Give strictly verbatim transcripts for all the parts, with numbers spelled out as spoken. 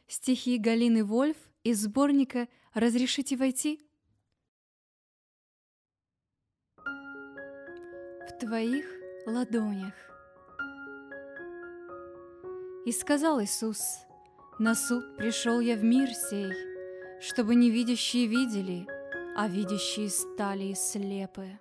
Стихи Галины Вольф из сборника «Разрешите войти?» В твоих ладонях. И сказал Иисус: на суд пришел я в мир сей, чтобы невидящие видели, а видящие стали и слепы.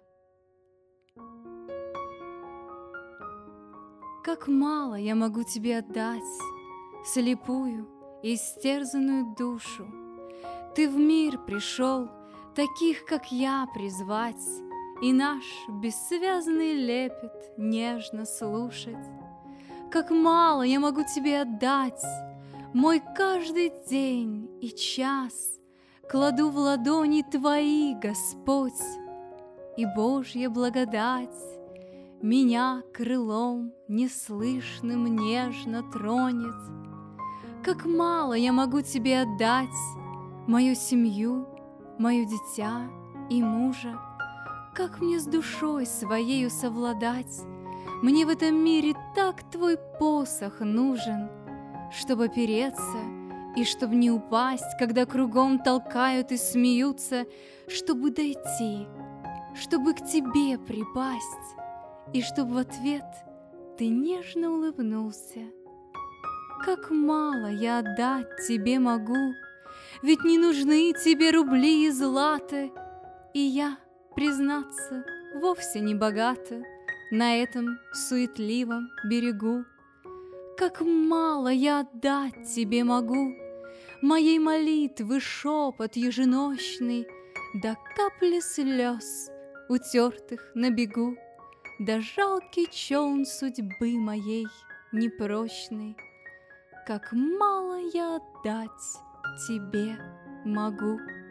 Как мало я могу тебе отдать, слепую и истерзанную душу. Ты в мир пришел, таких, как я, призвать, и наш бессвязный лепет нежно слушать. Как мало я могу тебе отдать, мой каждый день и час кладу в ладони твои, Господь, и Божья благодать меня крылом неслышным нежно тронет. Как мало я могу тебе отдать мою семью, мое дитя и мужа. Как мне с душой своею совладать? Мне в этом мире так твой посох нужен, чтобы опереться и чтобы не упасть, когда кругом толкают и смеются, чтобы дойти, чтобы к тебе припасть, и чтобы в ответ ты нежно улыбнулся. Как мало я отдать тебе могу, ведь не нужны тебе рубли и златы, и я, признаться, вовсе не богата на этом суетливом берегу. Как мало я отдать тебе могу, моей молитвы шепот еженочный, до капли слез, утертых на бегу, да жалкий челн судьбы моей непрочной. Как мало я отдать тебе могу.